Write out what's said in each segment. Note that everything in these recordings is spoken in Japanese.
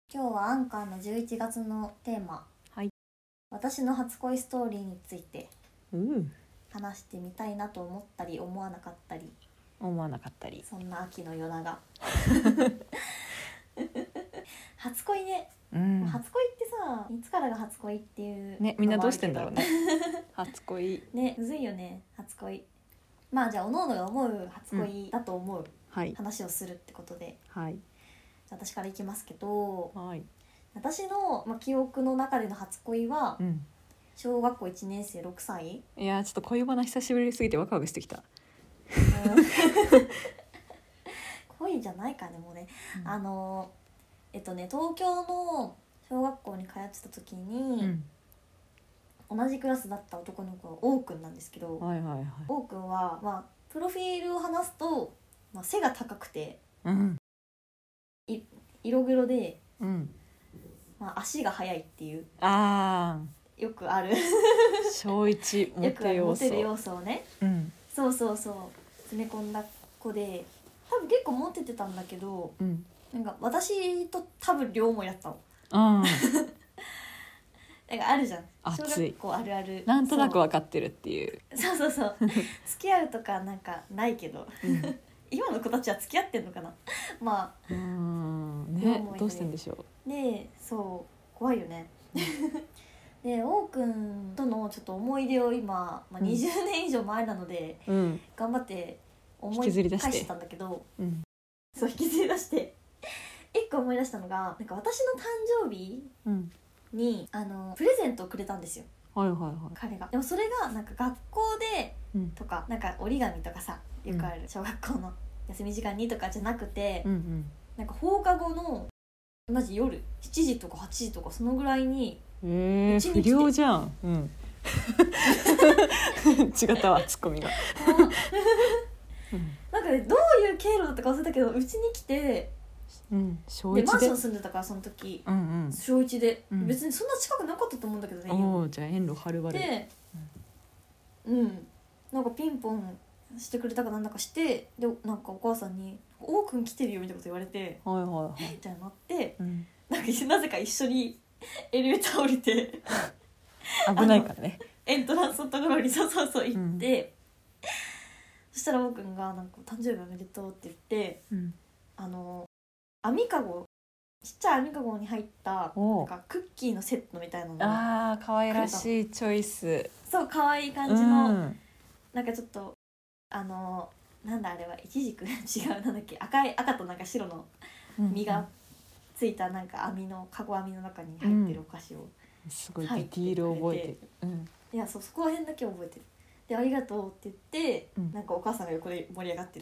今日はアンカーの11月のテーマ、 はい、 私の初恋ストーリーについてうん話してみたいなと思ったり思わなかったり、 思わなかったり、 そんな秋の夜長初恋ね、初恋ってさ、いつからが初恋っていうね、みんなどうしてんだろうね初恋ね、むずいよね、初恋。まあじゃあ各々が思う初恋だと思う、 はい話をするってことで、 はいじゃあ私からいきますけど、 はい私の、記憶の中での初恋は、小学校1年生6歳いやちょっと恋バナ久しぶりすぎてワクワクしてきた。 恋じゃないからね、もうね、東京の小学校に通ってた時に、同じクラスだった男の子は王くんなんですけど、 はいはいはい、 王くんは、プロフィールを話すと、背が高くて、色黒で、足が速いっていう、よくある小一モテ要素、 よくあるモテる要素をね、そう詰め込んだ子で、多分結構モテてたんだけど、なんか私と多分両思いだったの。なんかあるじゃん、小学校あるある、 なんとなく分かってるっていう。 そう付き合うとかなんかないけど、今の子たちは付き合ってんのかなね、どうしてんでしょう。で、そう怖いよねで、王くんとのちょっと思い出を今、20年以上前なので、頑張って思い返してたんだけど、そう引きずり出して一個思い出したのが、なんか私の誕生日に、プレゼントをくれたんですよ、彼が。でもそれがなんか学校でとか、なんか折り紙とかさ、よくある小学校の休み時間にとかじゃなくて、なんか放課後のマジ夜7時とか8時とかそのぐらいにうちに来て、 不良じゃん、違ったわツッコミがなんかね、どういう経路だったか忘れたけど、うちに来て、 小1 でマンション住んでたからその時、小1で、別にそんな近くなかったと思うんだけどね、 じゃあ遠路はるばるで、なんかピンポンしてくれたかなんだかして、でなんかお母さんに「王くん来てるよ」みたいなこと言われて、みたいになって、なんかなぜか一緒にエレベーター降りて危ないからね、 エントランスのところにそう行って、そしたら王くんがなんか「誕生日おめでとう」って言って、網かご、ちっちゃい網かごに入ったなんかクッキーのセットみたいなの可愛らしいチョイス。 そう可愛い感じの、なんかちょっとなんだあれはイチジク違う、なんだっけ、赤となんか白の実がついたなんか網のかご網の中に入ってるお菓子を、 すごいディティール覚えてる。 いやそこら辺だけ覚えてる。でありがとうって言って、なんかお母さんが横で盛り上がってる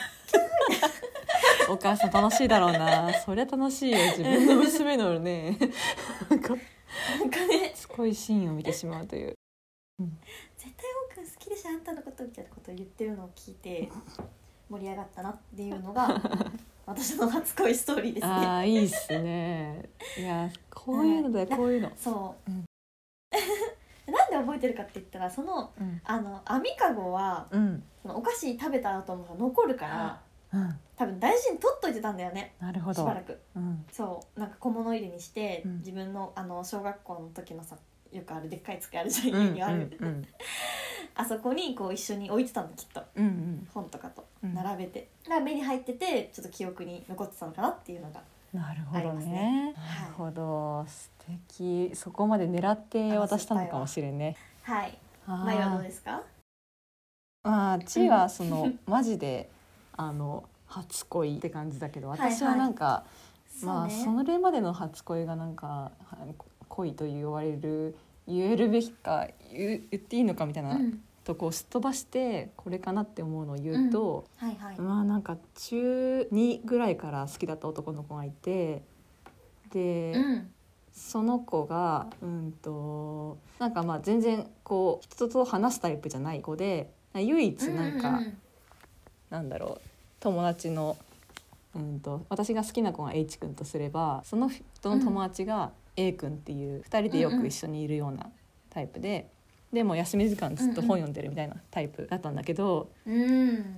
お母さん楽しいだろうな。そりゃ楽しいよ、自分の娘のねなんかね、すごいシーンを見てしまうという、 絶対王くん好きでしょあんたのことみたいなことを言ってるのを聞いて盛り上がったなっていうのが私の初恋ストーリーですね。 いいっすね。いやこういうのだよ、こういうの。 そう、なんで覚えてるかって言ったら、その、網かごは、そのお菓子食べた後も残るから、多分大事に取っといてたんだよね。 なるほど。 しばらく、そうなんか小物入れにして、自分の小学校の時のさ、よくあるでっかい机あるじゃん、家にある、あそこにこう一緒に置いてたんだきっと、本とかと並べて、だから目に入っててちょっと記憶に残ってたのかなっていうのがなるほどね。なるほど、素敵。そこまで狙って渡したのかもしれんね。 はい。前はどうですか？ ちはそのマジで初恋って感じだけど、私はなんか、それまでの初恋がなんか恋と言えるべきか言っていいのかみたいなとこをすっ飛ばして、これかなって思うのを言うと、なんか中2ぐらいから好きだった男の子がいて、で、その子がなんか全然こう人と話すタイプじゃない子で、唯一なんか、なんだろう、友達の私が好きな子が H 君とすれば、その人の友達が A 君っていう2人でよく一緒にいるようなタイプで、でも休み時間ずっと本読んでるみたいなタイプだったんだけど、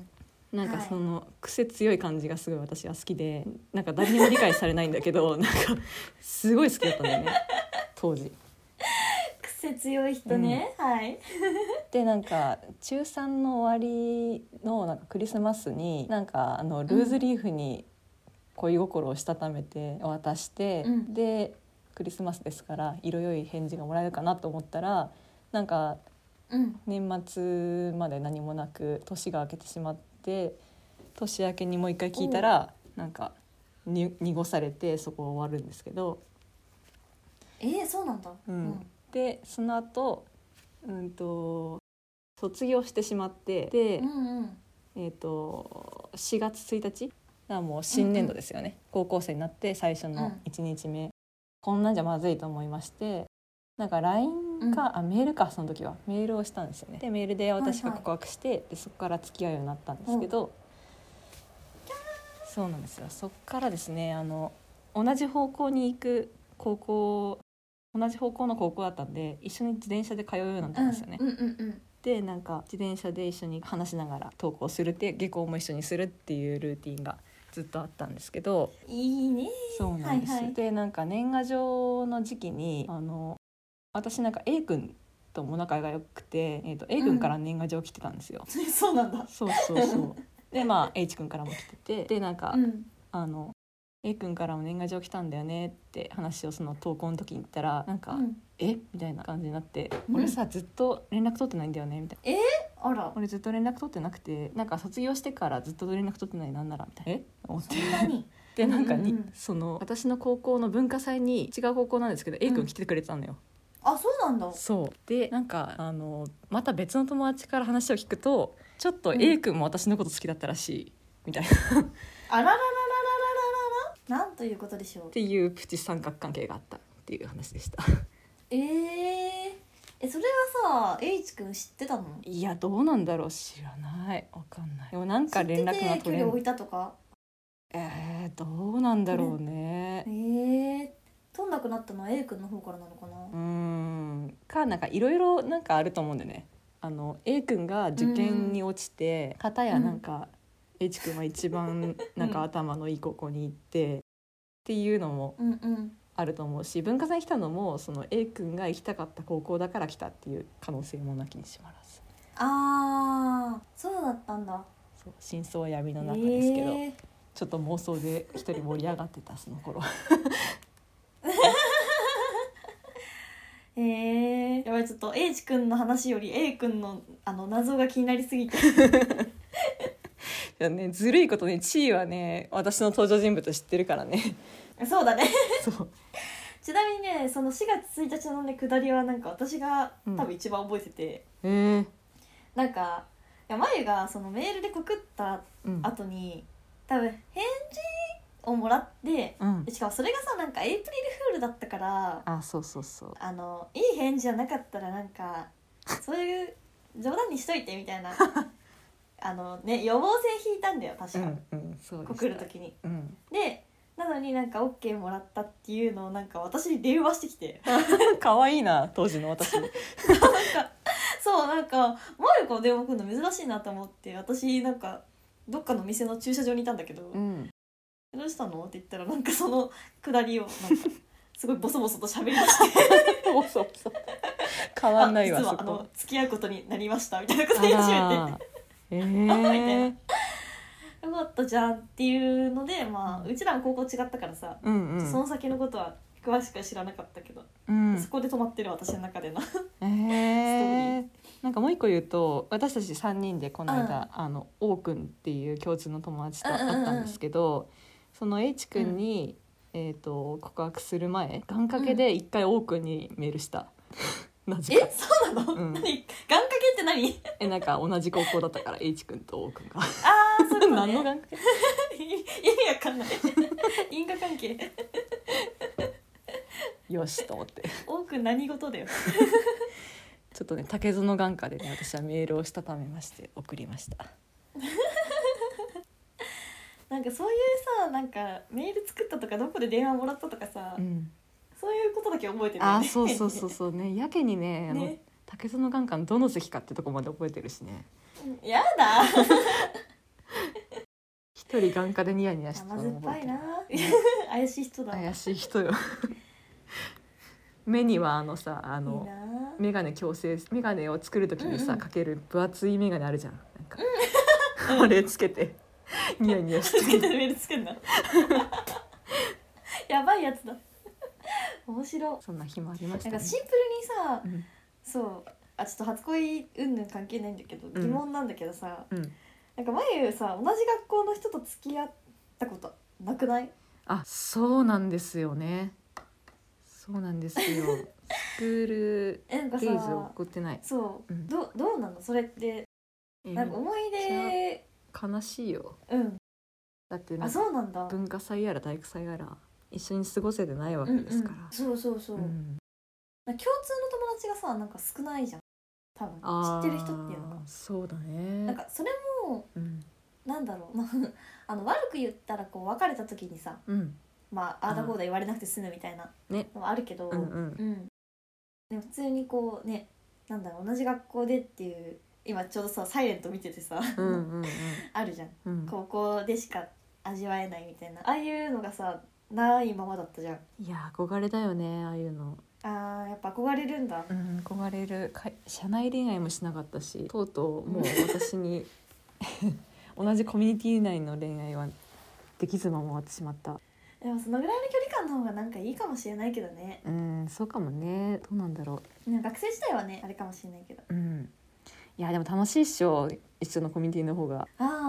なんかその癖強い感じがすごい私は好きで、なんか誰にも理解されないんだけどなんかすごい好きだったんだよね当時。 癖強い人ね、はい。 でなんか中3の終わりのなんかクリスマスになんかルーズリーフに恋心をしたためて渡して、でクリスマスですから色良い返事がもらえるかなと思ったら、なんか年末まで何もなく年が明けてしまって、年明けにもう一回聞いたらなんか濁されてそこ終わるんですけど、 そうなんだ。 でその後、卒業してしまって、で、4月1日がもう新年度ですよね、高校生になって最初の1日目、こんなんじゃまずいと思いまして、なんか LINE か、メールか、その時はメールをしたんですよね。でメールで私が告白して、でそこから付き合うようになったんですけど、そうなんですよ。そこからですね、同じ方向に行く高校、同じ方向の高校だったんで一緒に自転車で通うようになったんですよね。でなんか自転車で一緒に話しながら登校するって、下校も一緒にするっていうルーティンがずっとあったんですけど、 いいね。 そうなんです、でなんか年賀状の時期に私なんか A 君とも仲が良くて、A 君から年賀状来てたんですよ。 そうなんだ。 そうでH 君からも来てて、でなんか、A 君からも年賀状来たんだよねって話をその投稿の時に言ったら、なんか、みたいな感じになって、俺さずっと連絡取ってないんだよねみたいな。 あら。 俺ずっと連絡取ってなくて、なんか卒業してからずっと連絡取ってない、なんならみたいな思ってでなんかその私の高校の文化祭に、違う高校なんですけど A 君来てくれてたのよ。 あ、そうなんだ。 そうでなんかまた別の友達から話を聞くと、ちょっと A 君も私のこと好きだったらしいみたいなあらららららららら、なんということでしょうっていうプチ三角関係があったっていう話でしたそれはさ H 君知ってたの？ いやどうなんだろう、知らない、わかんない。でもなんか連絡が取れる。 距離を置いたとか。 どうなんだろうね。 取んなくなったのは A 君の方からなのかな。 なんかいろいろなんかあると思うんでね。A 君が受験に落ちて、片やなんか H 君は一番なんか頭のいい高校に行ってっていうのもあると思うし、文化祭に来たのもその A 君が行きたかった高校だから来たっていう可能性もなきにしもあらず。 そうだったんだ。 そう、真相は闇の中ですけど、ちょっと妄想で一人盛り上がってたその頃やばい、ちょっと H 君の話より A 君の謎が気になりすぎていやね、ずるいことね、地位はね私の登場人物知ってるからねそうだねそうちなみにね、その4月1日のね下りはなんか私が多分一番覚えてて、なんかまゆがそのメールで告った後に、多分返事をもらって、しかもそれがさなんかエイプリルフールだったから、 そういい返事じゃなかったらなんかそういう冗談にしといてみたいな予防線引いたんだよ確か、告る時に、でなのになんか OK もらったっていうのをなんか私に電話してきて可愛いな当時の私なんかそう、なんかマユから電話来るの珍しいなと思って、私なんかどっかの店の駐車場にいたんだけど、どうしたのって言ったらなんかその下りをなんかすごいボソボソと喋り出してボソボソ変わんないわ、 実は付き合うことになりましたみたいなこと言い始めてみたいな、よかったじゃんっていうので、うちらの高校違ったからさ、その先のことは詳しくは知らなかったけど、そこで止まってる私の中でのストーリー。 なんかもう一個言うと、私たち3人でこの間、王くんっていう共通の友達と会ったんですけど、その H 君に、告白する前願掛けで一回王くんにメールした、なぜか。 そうなの？願掛けって何？ なんか同じ高校だったから H 君と王くんがそういうことね。 何の願掛け意味わかんない因果関係よしと思って王くん何事だよちょっとね、竹園眼科でね、私はメールをしたためまして送りましたなんかそういうさ、なんかメール作ったとかどこで電話もらったとかさ、そういうことだけ覚えてるよね。 そうね、やけにね、竹園眼科のどの席かってとこまで覚えてるしね。 やだ一人眼科でニヤニヤしてた甘酸っぱいな怪しい人だ。 怪しい人よ目にはさいいなメガネを作る時にさ、かける分厚いメガネあるじゃん、なんか、あれつけてニヤニヤしてつけてメールつけんなやばいやつだ面白。 そんな日もありましたね。 なんかシンプルにさ、そうちょっと初恋云々関係ないんだけど、疑問なんだけどさ、なんか前さ同じ学校の人と付き合ったことなくない？ あ、そうなんですよね。そうなんですよスクールデイズを送ってない。 そう、どうなのそれって。なんか思い出悲しいよ。だってあ、そうなんだ。 文化祭やら体育祭やら一緒に過ごせてないわけですから、 そうそうそう、共通の友達がさなんか少ないじゃん多分。知ってる人っていうのが。 そうだね。 なんかそれも、なんだろう悪く言ったらこう別れた時にさ、ああだこうだ言われなくて済むみたいなのはあるけど、でも普通にこうね、なんだろう、同じ学校でっていう、今ちょうどさサイレント見ててさあるじゃん、高校でしか味わえないみたいな、ああいうのがさないままだったじゃん。 いや憧れだよね、ああいうの。 やっぱ憧れるんだ。 憧れる。社内恋愛もしなかったし、とうとうもう私に同じコミュニティ内の恋愛はできずまま終わってしまった。 でもそのぐらいの距離感の方がなんかいいかもしれないけどね。 そうかもね。どうなんだろう。学生時代はねあれかもしれないけど。 いやでも楽しいっしょ、一緒のコミュニティの方が。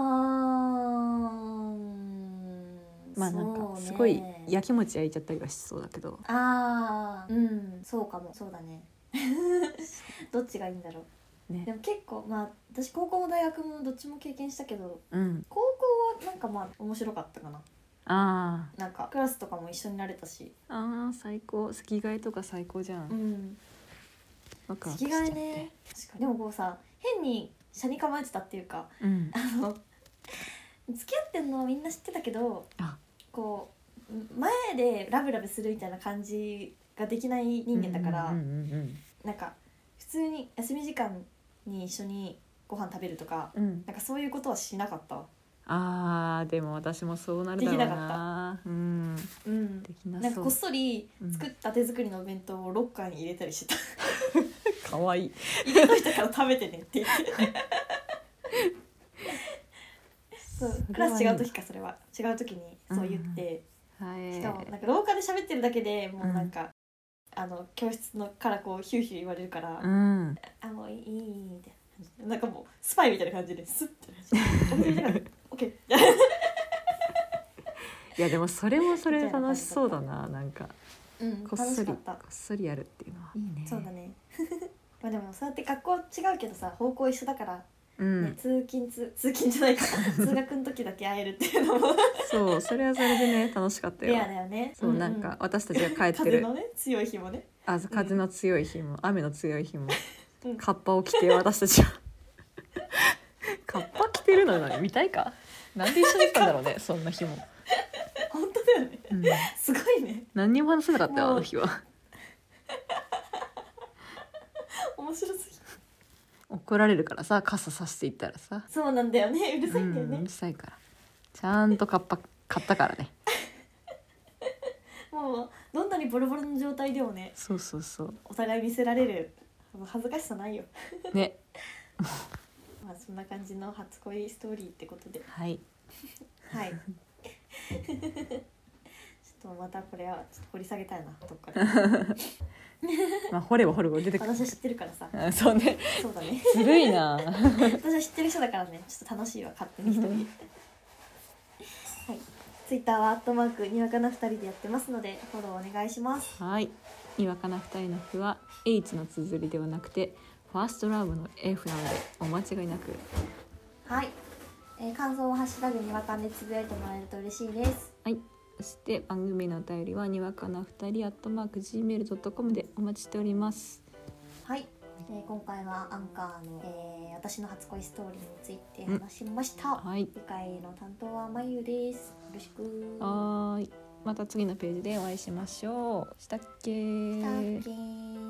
なんかすごいやきもち焼いちゃったりはしそうだけど。 そうかも。そうだねどっちがいいんだろう、でも結構私高校も大学もどっちも経験したけど、高校はなんか面白かったかな。なんかクラスとかも一緒になれたし。 最高。席替えとか最高じゃん。 席替えね。確かに。でもこうさ変に車に構えてたっていうか、付き合ってんのみんな知ってたけど、こう前でラブラブするみたいな感じができない人間だから、なんか普通に休み時間に一緒にご飯食べるとか、なんかそういうことはしなかったわ。 でも私もそうなるだろうな。できなかった。できなそう。 なんかこっそり作った手作りのお弁当をロッカーに入れたりしてた。 かわいい。 入れといたから食べてねって言ってそうクラス違う時か、それは違う時にそう言って、しかもなんか廊下で喋ってるだけでもうなんか、教室のからこうヒューヒュー言われるから、もういいみたいな感じで、なんかもうスパイみたいな感じでスッてオッケーいやでもそれもそれで楽しそうだな。なんかこっそりやるっていうのはいいね。 そうだねでもそうやって学校違うけどさ方向一緒だから通勤じゃないか通学の時だけ会えるっていうのもそうそれはそれでね楽しかったよ。 レアだよね。 そう、なんか私たちが帰ってる風のね強い日もね、 風の強い日も雨の強い日も、カッパを着て私たちはカッパ着てるのよ。見たいか。なんで一緒に行ったんだろうねそんな日も。 本当だよね、すごいね。 何にも話せなかったよあの日は。 面白すぎ。 怒られるからさ、傘さしていったらさ。 そうなんだよね、うるさいんだよね、 うるさいから。ちゃんとカッパ買ったからねもうどんなにボロボロの状態でもね、 そうそうそう、 お互い見せられる恥ずかしさないよねそんな感じの初恋ストーリーってことで、 はいはいちょっとまたこれはちょっと掘り下げたいなどっかでまあ掘れば掘るほど出てくる。 私は知ってるからさそうね、 そうだねずるいな私は知ってる人だからね、ちょっと楽しいわ勝手に一人ではい、ツイッターは@にわかな2人でやってますのでフォローお願いします。 はい、にわかな2人のFは H の綴りではなくてファーストラブの F なのでお間違いなく。 はい、感想はハッシュタグにわかんでつぶやいてもらえると嬉しいです。 はい、そして番組のお便りはにわかな2人@gmail.com でお待ちしております。 はい、今回はアンカーの、私の初恋ストーリーについて話しました。 はい、 次回の担当はまゆです。よろしく。 はい、また次のページでお会いしましょう。したっけー。